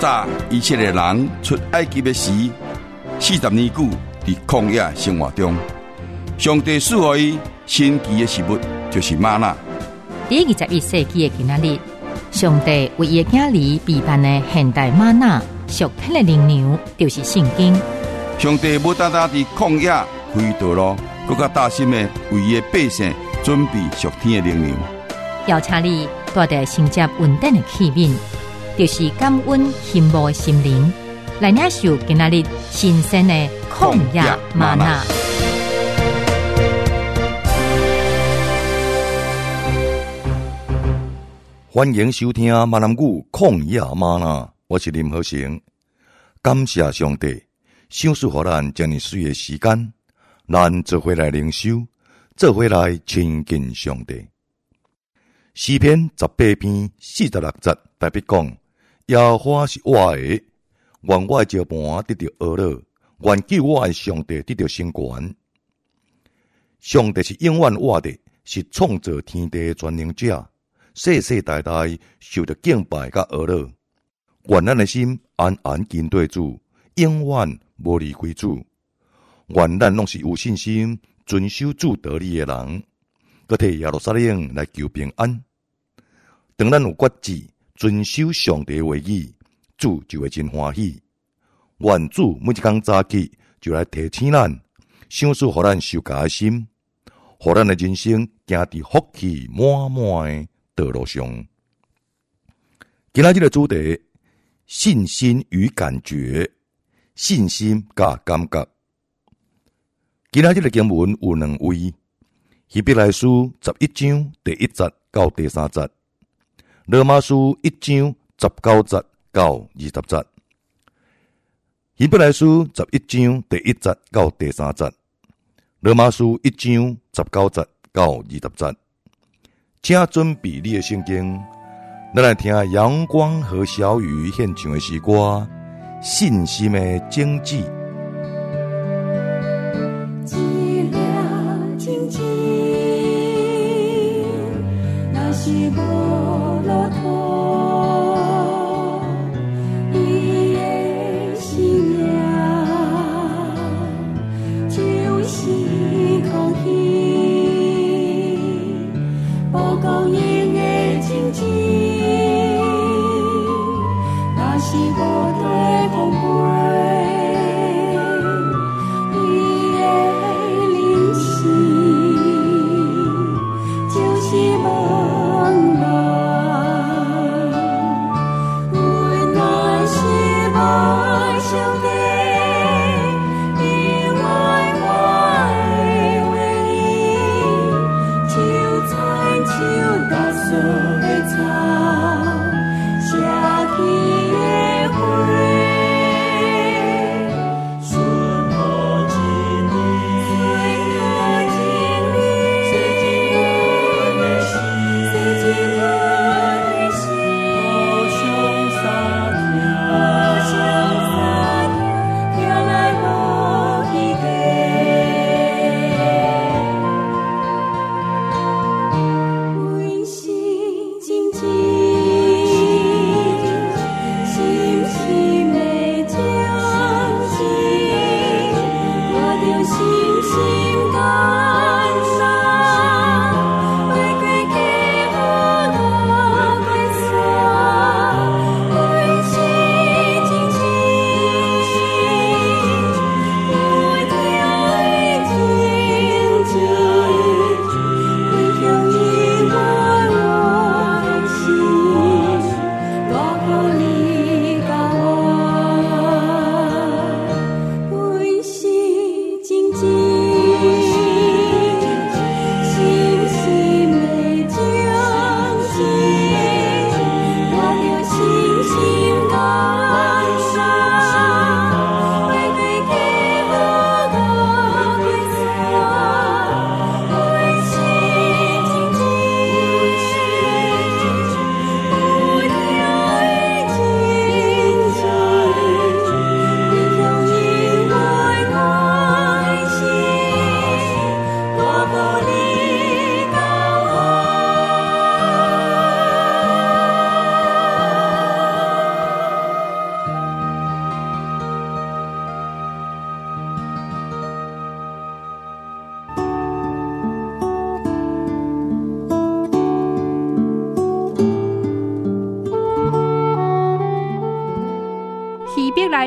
早以色列人出埃及的时，40年久伫曠野生活中，上帝赐予伊神奇的食物，就是吗哪。 第21世纪的今仔日，上帝为伊的囝儿备办的现代吗哪属天的灵粮，就是圣经。 上帝无单单伫旷野开道路，更加大心的为伊的百姓准备属天的灵粮。 邀请你带着承接稳定的器皿，就是感恩羡慕的心灵，来领受今仔日新鲜的曠野嗎哪。 欢迎收听闽南语曠野嗎哪，我是林和成。感谢上帝，赏赐予咱这么水的时间，咱做回来灵修，做回来亲近上帝。诗篇18篇46节特别讲，耶和华是我的，愿我的石盤得到呵樂，願救我的上帝得到成全。上帝是永遠活的，是創造天地的全能者，世世代代受到敬拜甲呵樂。願咱的心安安跟對主，永遠無離開主。願咱攏是有信心、遵守主道理的人。佮替耶路撒冷來求平安。當咱有決志遵守上帝的話語，主就會真歡喜。願主每一天早起就來提醒咱，賞賜予咱受教的心，予咱的人生行佇福氣滿滿的道路上。今仔日的主題：信心與感覺，信心甲感覺。今仔日的經文有兩位。希伯來書11章第1節到第3節，羅馬書1章19節到20節。希伯來書11章第1節到第3節，羅馬書1章19節到20節。請準備你的聖經，咱來聽陽光和小雨獻唱的詩歌，信心的種子。 是無路途，伊的生命就是空氣，無供應的種子，若是無地奉陪，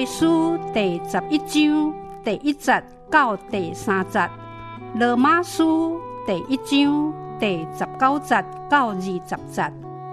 该书第11章第1节到第3节，罗马书第1章第19节到20节。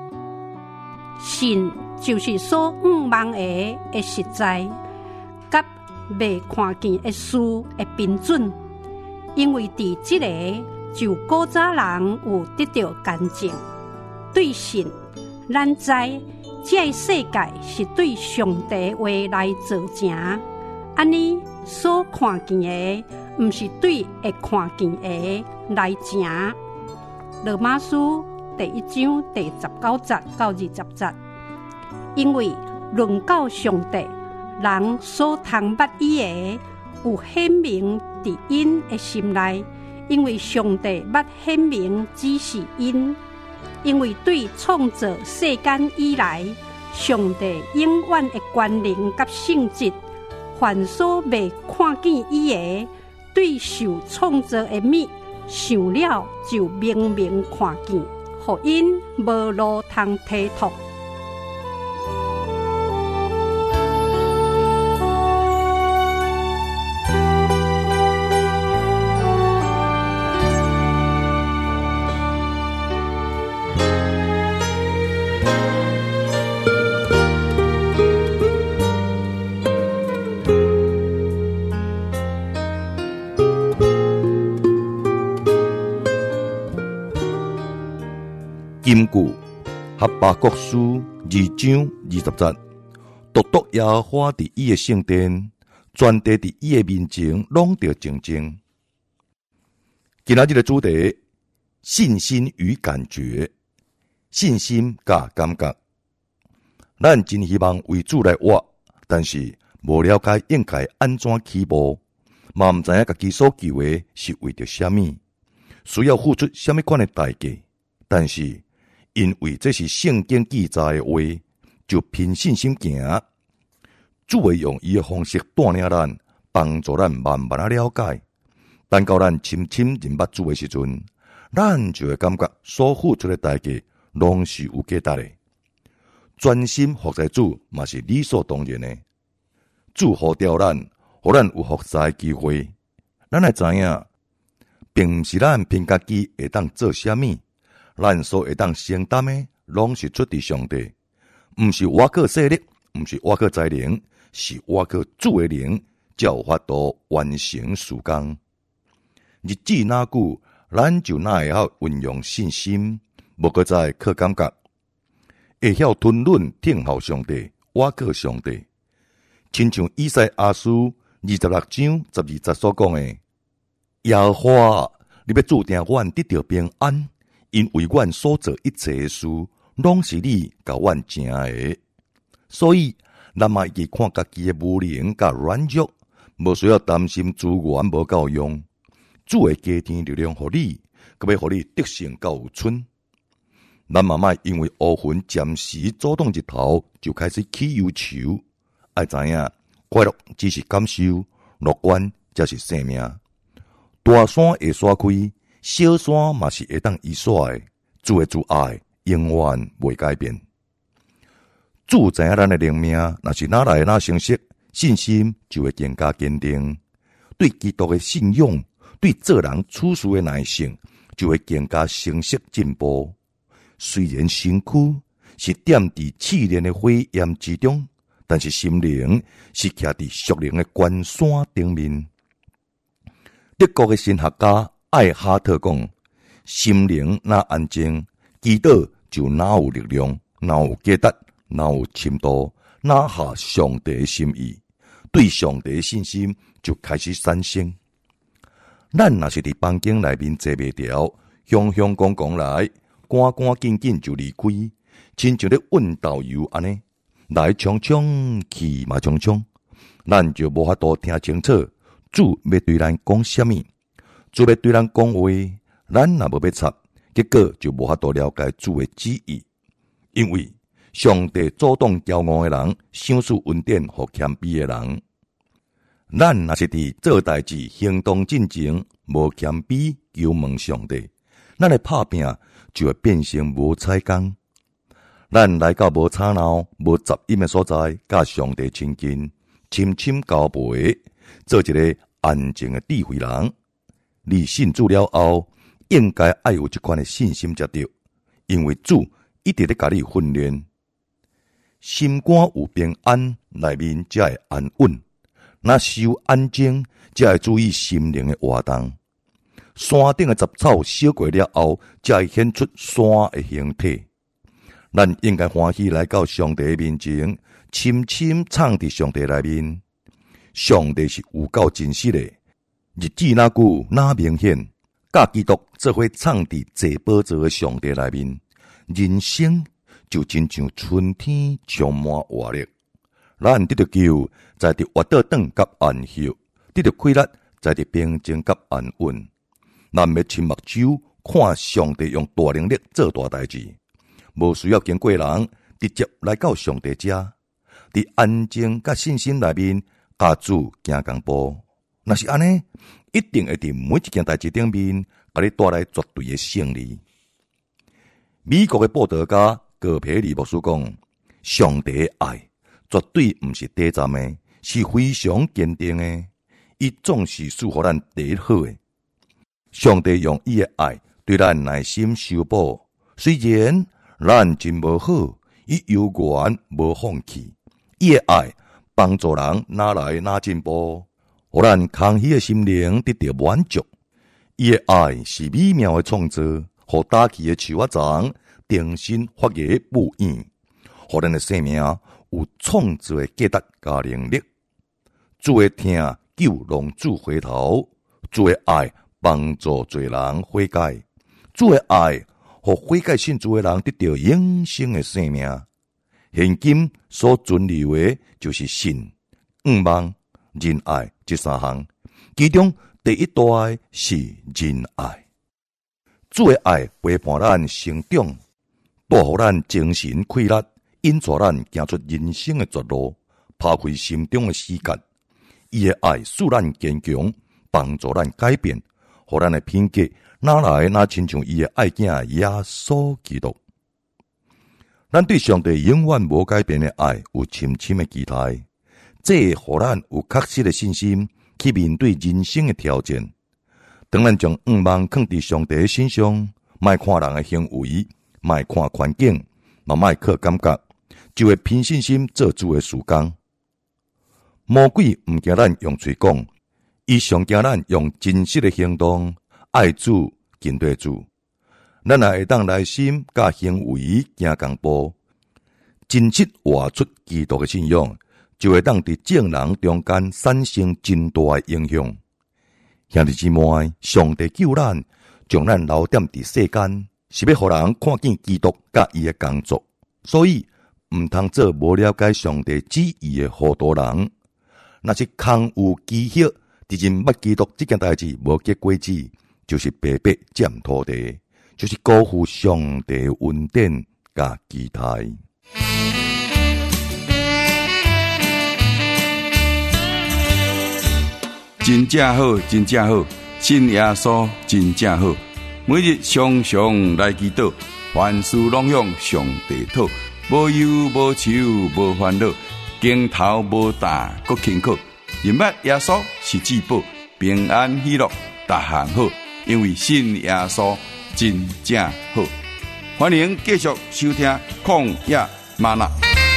信就是所望的实在，甲未看见的事的标准，因为伫这个就古早人有得到干净。对信，咱知这个世界是对上帝话来造成，安尼所看见的，不是对会看见的来成。罗马书第1章第19节到20节，因为论到上帝，人所通捌伊的，有显明伫因的心内，因为上帝捌显明只是因。因为对创造世间以来，上帝永远的权能甲性质，凡所未看见伊的，对受创造的物，想了就明明看见，互因无路通体托。 金句哈巴谷書2章20節，獨獨耶和華佇伊的聖殿，全地佇伊的面前，攏着靜靜。今仔日的主題：信心與感覺，信心甲感覺。咱真希望為主來活，但是無了解應該安怎起步，嘛毋知影家己所求的是為着啥物，需要付出啥物款的代價，但是因為這是聖經記載的話，就憑信心行。主會用伊的方式帶領咱，幫助咱慢慢啊了解。等到咱深深認捌主的時陣，咱就會感覺所付出的代價攏是有價值的。專心服侍主嘛是理所當然的。主呼召咱，互咱有服侍的機會。咱來知影，並毋是咱憑家己會當做啥物。咱所會當承擔的，攏是出自上帝，毋是我靠勢力，毋是我靠才能，是我靠主的靈，才有法度完成事工。日子哪久，咱就哪會曉運用信心，無擱再靠感覺，會曉吞忍聽候上帝，我靠上帝。親像以賽亞書26章12節所講的：耶和華，你要注定阮得到平安。因為阮所做一切事，攏是你甲阮成的，所以咱嘛會看家己的無能甲軟弱，無需要擔心資源無夠用。主會加添力量互你，佮要互你得勝到有剩。咱嘛莫因為烏雲暫時阻擋日頭，就開始起憂愁。愛知影，快樂只是感受，樂觀才是生命。大山會刷開。小山嘛是會當移刷的，主的主愛永遠袂改變。主知影咱的靈命，若是哪來哪成熟，信心就會更加堅定。對基督的信仰，對做人處事的耐性，就會更加成熟進步。雖然身軀是踮佇試煉的火焰之中，但是心靈是徛佇屬靈的關山頂面。德國的神學家艾哈特講：心靈若安靜，祈禱就哪有力量，哪有價值，哪有深度，哪下上帝的心意，對上帝的信心就開始產生。咱若是佇房間內面坐袂牢，雄雄公公來，趕趕緊緊就離開，親像咧運導遊安尼，來匆匆去嘛匆匆，咱就無法度聽清楚主要對咱講啥物。主要對咱講話，咱若無要插，結果就無法度了解主的旨意。因為上帝阻擋驕傲的人，賞賜恩典互謙卑的人。咱若是佇做代志、行動進前，無謙卑求問上帝，咱的拍拼就會變成無彩工。咱來到無吵鬧、無雜音的所在，甲上帝親近， 深深交陪，做一个安静的智慧人。你信主了后，应该爱有这款的信心才对，因为主一直咧甲你训练。心肝有平安，内面才会安稳。若受安静，才会注意心灵的活动。山顶的杂草烧过了后，才会显出山的形体。咱应该欢喜来到上帝的面前，深深藏伫上帝内面。上帝是有够真实的，日子哪久哪明显。甲基督做伙藏伫坐宝座的上帝内面，人生就亲像春天充满活力。咱得到救，才得活到长甲安息；得到快乐，才得平静甲安稳。咱要亲目睭看上帝用大能力做大代志，无需要经过人，直接来到上帝家，伫安静甲信心内面，甲主行共步。若是安尼，一定会伫每一件代志顶面，甲你带来绝对的胜利。美国的布道家葛培理牧师讲，上帝的爱绝对毋是短暂的，是非常坚定的。伊总是赐予咱第一好的。上帝用伊的爱对咱耐心修补，虽然咱真无好，伊犹原无放弃。伊的爱帮助人哪来哪进步，互咱空虚的心灵得到满足。伊的爱是美妙的创造，互打气的树仔丛重新发芽不厌，互咱的生命有创造的价值加能力。主的听救浪子回头，主的爱帮助罪人悔改，主的爱互悔改信主的人得到永生的生命。现今所存留的就是信、仰望、仁爱这三项，其中第一大爱是仁爱。主的爱陪伴咱成长，带予咱精神快乐，引带咱行出人生的绝路，抛开心中的死角。伊的爱使咱坚强，帮助咱改变，互咱的品格哪来哪亲像伊的爱子耶稣基督。咱对上帝永远无改变的爱有深深的期待，这互咱有确实的信心去面对人生的挑战。当咱将仰望放伫上帝的身上，莫看人的行为，莫看环境，嘛莫靠感觉，就会凭信心做主的事工。魔鬼毋惊咱用嘴讲，伊上惊咱用真实的行动爱主跟对主。咱也会当内心甲行为行共步，真切活出基督的信仰，就会当伫众人中间产生真大的影响。兄弟姊妹，上帝救咱，将咱留点伫世间，是要互人看见基督甲伊的工作，所以毋通做无了解上帝旨意的糊涂人。若是空有积蓄，敌人捌基督这件代志无结果子，就是白白占土地，就是辜负上帝恩典甲期待。 真正好，真正好，信耶稣真正好。每日常常来祈祷，凡事拢向上帝讨，无忧无愁无烦恼，镜头无大搁轻巧。认捌耶稣是至宝，平安喜乐逐项好，因为信耶稣真正好。欢迎继续收听旷野吗哪。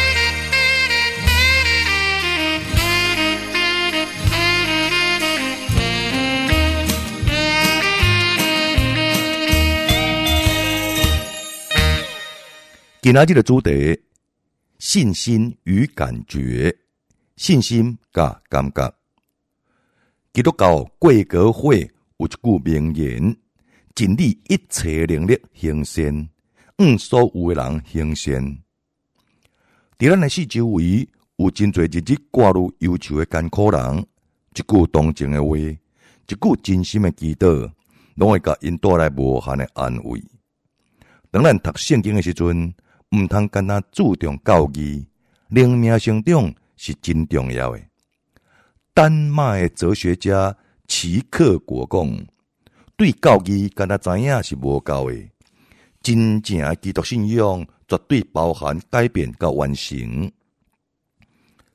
今仔日的主题：信心与感觉。信心甲感觉。基督教过高会有一句名言：尽力一切能力行善，所有的人行善。伫咱的四周围有真侪日日挂入忧愁的艰苦人，一句同情的话，一句真心的祈祷，拢会甲因带来无限的安慰。当咱读圣经的时阵，毋通干那注重教义，灵命成长是真重要的。丹麦的哲学家齐克果讲，对教义干那知影是无够的，真正的基督信仰绝对包含改变甲完成。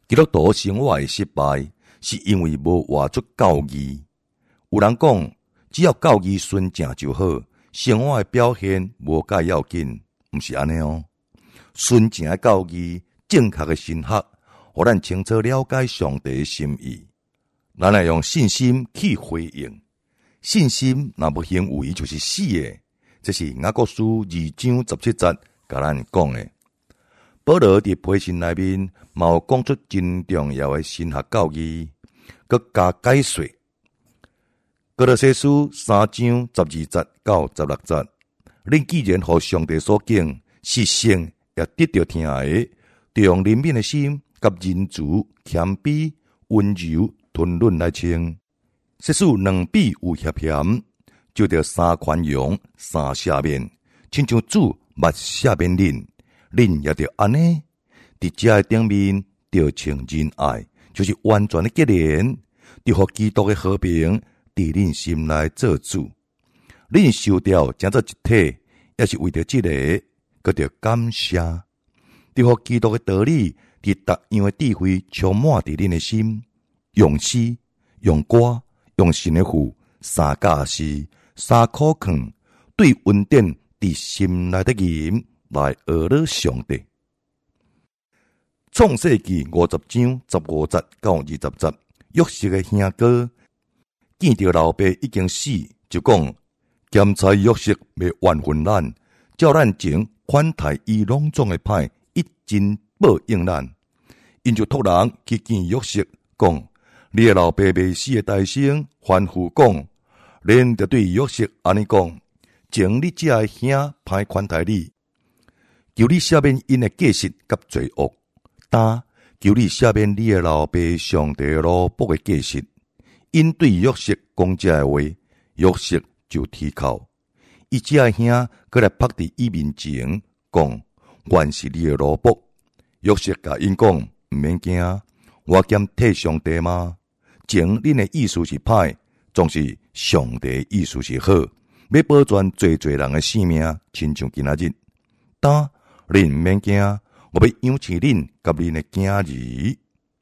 基督徒生活的失败，是因为无活出教义。有人讲，只要教义顺正就好，生活的表现无介要紧，毋是安尼哦。顺正的教义，正确的神学，互咱清楚了解上帝的心意。咱来用信心去回应。信心若无行为，就是死的。这是雅各书2章17节甲咱讲的。保罗伫批信内面，嘛有讲出真重要的神学教义，佮加解说。哥罗西書3章12節到16節，恁既然互上帝所敬，是聖也得到聽的，就用憐憫的心、甲仁慈、謙卑、溫柔、吞忍來稱。實使兩臂有協嫌，就着3寬容、3赦免，親像主捌赦免恁，恁也着安尼。佇遮的頂面，着稱仁愛，就是完全的結連，就互基督的和平佇恁心內做主。恁受掉成做一體，也是為着這個，閣着感謝，就互基督的道理佇逐樣的智慧充滿佇恁的心，用詩、用歌、用神的父、三架詩、三苦勸，對恩典佇心內的人來學了上帝。創世記50章15節到20節，約瑟的兄哥見到老爸已經死，就講：檢查約瑟未完婚咱，照咱前款待伊攏總的歹，一盡報應咱。因就託人去見約瑟，講：你的老爸未死的大聲吩咐講，恁就對約瑟安尼講：前你這兄歹款待你，求你赦免因的過失甲罪惡。但求你赦免你的老爸上帝羅卜的過失。因對約瑟講這的話，約瑟就啼哭。伊這兄閣來拍佇伊面前，講：原是你的羅卜。約瑟甲因講：毋免驚，我兼替上帝嗎？前恁的意思是歹，總是上帝的意思是好，要保全濟濟人的性命，親像今仔日。但恁毋免驚。我要養飼恁甲恁的囝兒。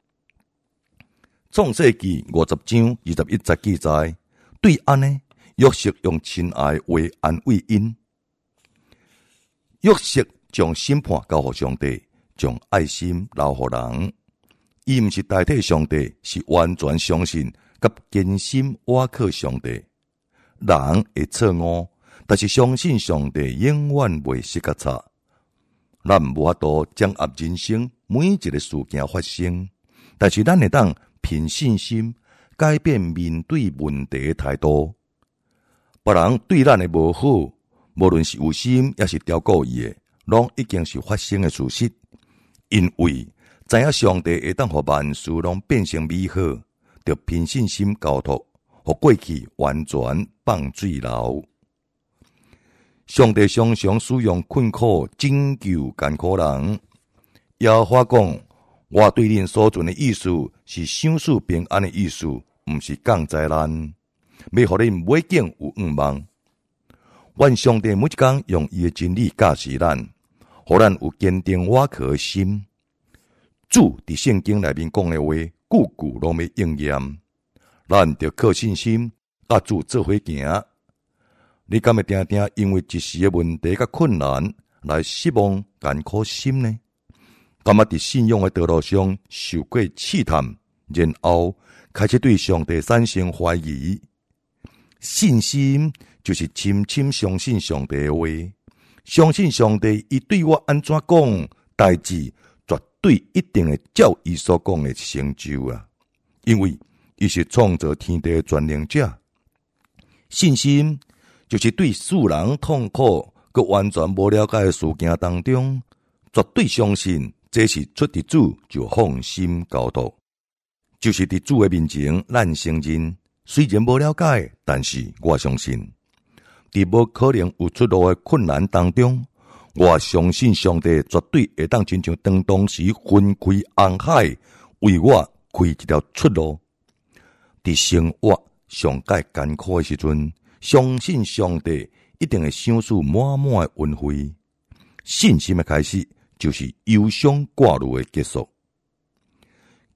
創世記50章21節記載，對安呢，約瑟用親愛的話安慰因。約瑟將審判交予上帝，將愛心留予人。伊毋是代替上帝，是完全相信甲堅心倚靠上帝。人會錯誤，但是相信上帝永遠袂失甲差。咱無法度掌握人生每一個事件發生，但是咱會當憑信心改變面對問題的態度。別人對咱的無好，無論是有心也是刁故意的，攏已經是發生的事實。因為知影上帝會當互萬事攏變成美好，就憑信心交託，互過去完全放水流。上帝常常使用困苦拯救艱苦人。耶和華講：我對恁所存的意思是想使平安的意思，毋是降災難，要互恁尾景有盼望。願上帝每一天用伊的真理教示咱，互咱有堅定倚靠的心。主佇聖經內面講的話，句句攏要應驗。咱着靠信心，甲主做伙行。你敢會定定因為一時的問題甲困難來失望艱苦心呢？敢會佇信仰的道路上受過試探，然後開始對上帝產生懷疑？信心就是深深相信上帝的話，相信上帝伊對我安怎講，代志絕對一定會照伊所講的成就啊！因為伊是創造天地的全能者。信心就是對世人痛苦佮完全無了解的事件當中，絕對相信這是出自主，就放心交託。就是佇主的面前，咱承認雖然無了解，但是我相信，佇無可能有出路的困難當中，我相信上帝絕對會當親像當時分開紅海，為我開一條出路。佇生活上界艱苦的時陣，相信上帝一定會賞賜滿滿的恩惠。信心的開始，就是憂傷掛慮的結束。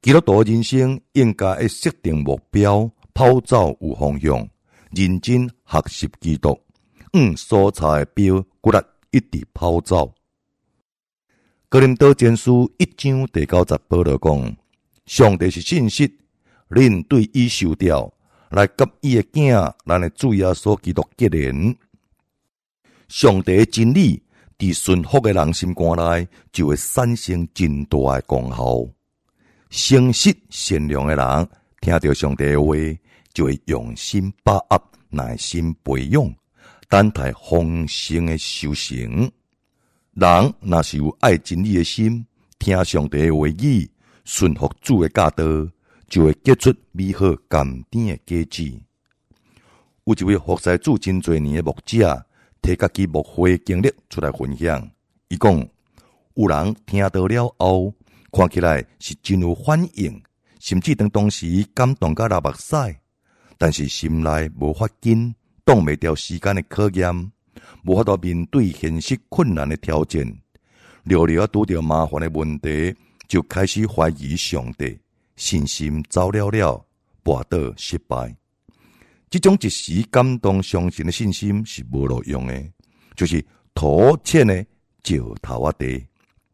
基督徒人生应该要设定目标，跑走有方向，认真学习基督，所踩的标骨力一直跑走。哥林多前书1章第90保罗讲：上帝是信实，恁对伊受掉，来甲伊的囝，咱的主耶稣基督结连。上帝的真理伫顺服的人心肝内，就会产生真大的功效。诚实善良的人，听到上帝的话，就会用心把握，耐心培养，等待丰盛的修成。人若是有爱真理的心，听上帝的话语，顺服主的教导，就会结出美好甘甜的果子。有一位服侍主真多年的牧者，摕家己牧会经历出来分享。伊讲，有人听到了后，看起来是真有反应，甚至当时感动甲流目屎，但是心内无法紧，挡袂掉时间的考验，无法度面对现实困难的挑战，聊聊拄到麻烦的问题，就开始怀疑上帝，信心走了，跋倒失败。这种一时感动相信的信心是无路用的，就是土浅的石头仔地。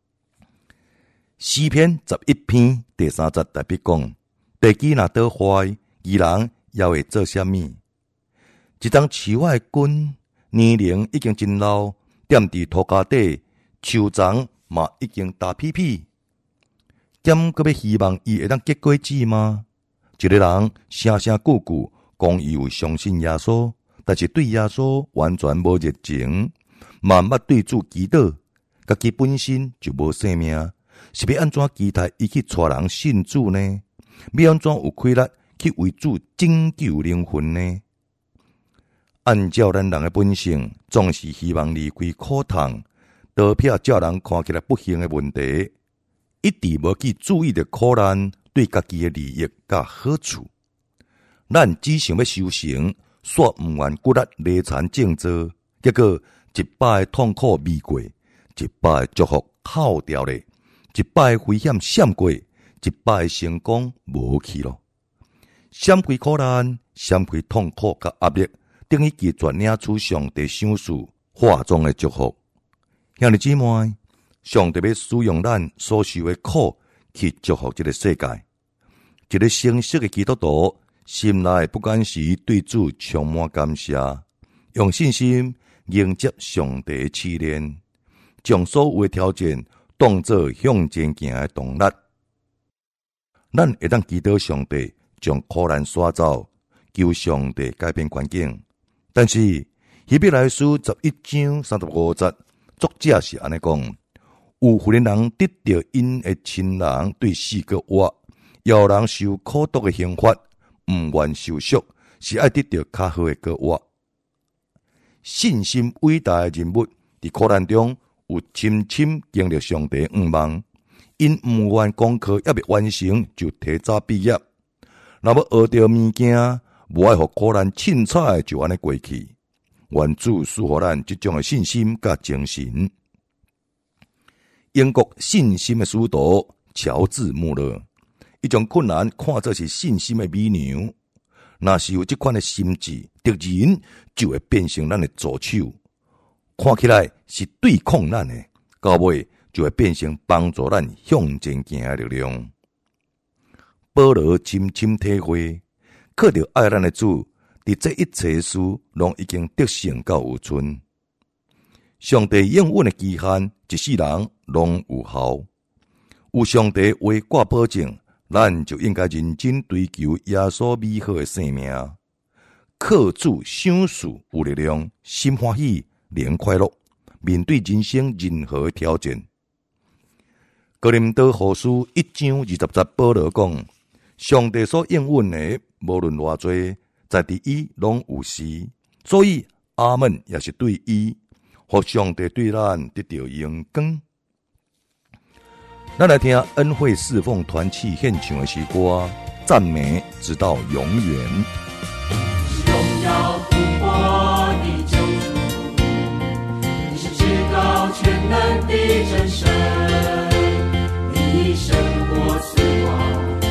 诗篇11篇第3节特别讲：地基若倒坏，义人还会做啥物？一丛树仔的根年龄已经真老，踮伫土骹底，树丛嘛已经大屁屁，兼搁要希望伊会当结果子吗？一个人声声句句讲伊有相信耶稣，但是对耶稣完全无热情，嘛捌对主祈祷，家己本身就无生命，是要安怎期待伊去带人信主呢？要安怎有气力去为主拯救灵魂呢？按照咱人的本性，总是希望离开苦痛，逃避叫人看起来不幸的问题，一直无去注意着苦难对家己的利益甲好处。咱只想要修成，煞毋愿骨力累残正做，结果一摆痛苦未过，一摆祝福耗掉咧，一摆危险闪过，一摆成功无去咯。闪开苦难，闪开痛苦甲压力，等于拒绝领取上帝赏赐化妆的祝福。兄弟姊妹，上帝要使用咱所受的苦去祝福这个世界。一个诚实的基督徒，心内不管是对主充满感谢，用信心迎接上帝的试炼，将所有的挑战当作向前行的动力。咱会当祈祷上帝将苦难刷走，求上帝改变环境。但是希伯来书11章35节，作者是安尼讲：有福的人得到因的亲人对死个活，有人受苦毒的刑罚，毋愿受赎，是爱得到较好的果活。信心伟大的人物伫苦难中有深深经历上帝恩望，因毋愿功课还未完成就提早毕业，若要学到物件，无爱互苦难凊彩就安尼过去。愿主赐予咱这种的信心甲精神。英国信心的使徒乔治穆勒，伊将困难看作是信心的美娘。若是有这款的心智，敌人就会变成咱的助手，看起来是对抗咱的，到尾就会变成帮助咱向前行的力量。保罗深深体会，靠着爱咱的主，伫这一切事拢已经得胜到有存。上帝应允的期限，一世人拢有效。有上帝话挂保证，咱就应该认真追求耶稣美好的生命，靠主赏赐有力量，心欢喜，连快乐，面对人生任何的挑战。哥林多后书1章20节，保罗讲：上帝所应允的，无论偌多，在伫伊拢有时，所以阿们也是对伊，互上帝对咱得到荣光。咱来听恩惠侍奉团契献唱的诗歌，赞美直到永远。 荣耀复活的救主，你是至高全能的真神，你胜过死亡。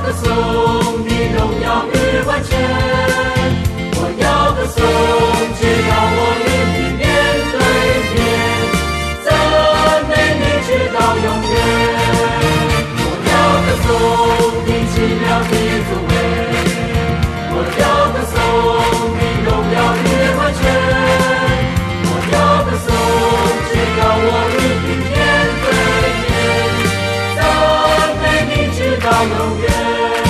歌颂你荣耀与完全，我要歌颂，只要我与你面对面，赞美你直到永远。我要歌颂你奇妙的作为，我要歌颂你荣耀与完全，我要歌颂，只要我与你面对面，赞美你直到永远。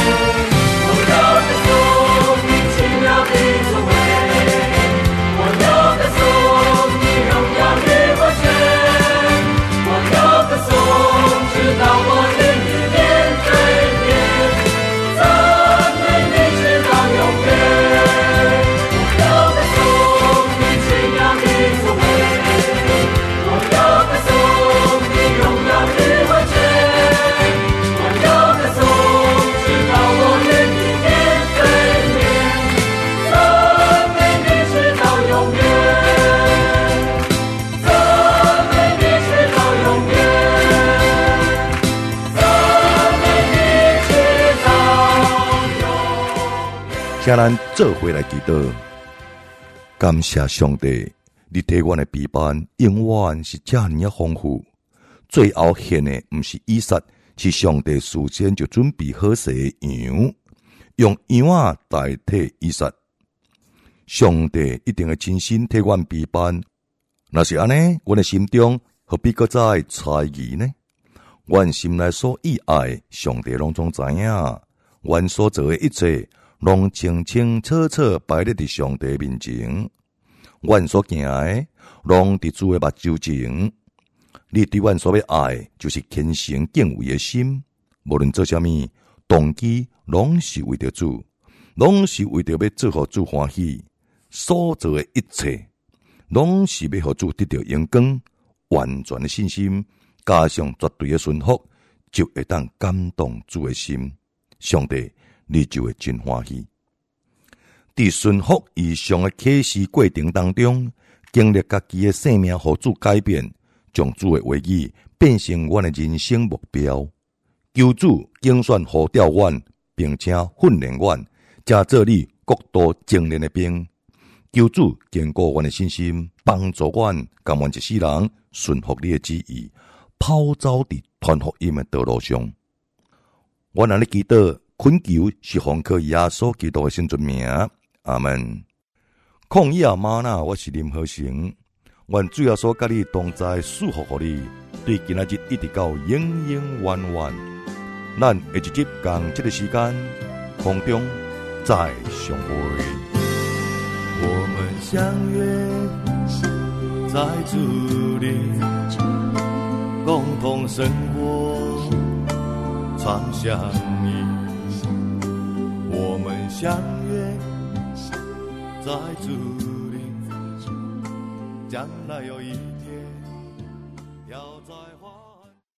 请咱做伙来祈祷，感谢上帝，你对阮的陪伴永远是这样的丰富。最后献的不是以撒，是上帝事先就准备好势的羊，用羊仔代替以撒。上帝一定会真心替阮陪伴。若是安尼，阮的心中何必搁再猜疑呢？阮心内所意爱，上帝拢总知影。阮所做的一切，拢清清楚楚摆列伫上帝面前。阮所行的，拢伫主的目睭前。你对阮所要爱，就是虔诚敬畏的心。无论做啥物，动机拢是为着主，拢是为着要做互主欢喜。所做的一切，拢是要互主得到荣光。完全的信心，加上绝对的顺服，就会当感动主的心。上帝，你就会真欢喜。伫顺服以上的启示过程当中，经历家己的生命，互主改变，将主的话语变成阮的人生目标。求主竞选呼召阮，并且训练阮，加做你国度精练的兵。求主坚固阮的信心，帮助阮甘愿一世人顺服你的旨意，跑走伫传福音的道路上。我若咧祈祷，恳求是奉靠耶稣基督的圣尊名，阿门。抗议啊妈呐，我是林和成，愿主耶稣甲你同在，祝福互你，对今仔日一直到永永远远。咱下一集共这个时间，空中再相会。 我们相约在主里，共同生活，常相依。我们相约在主里，将来有一天。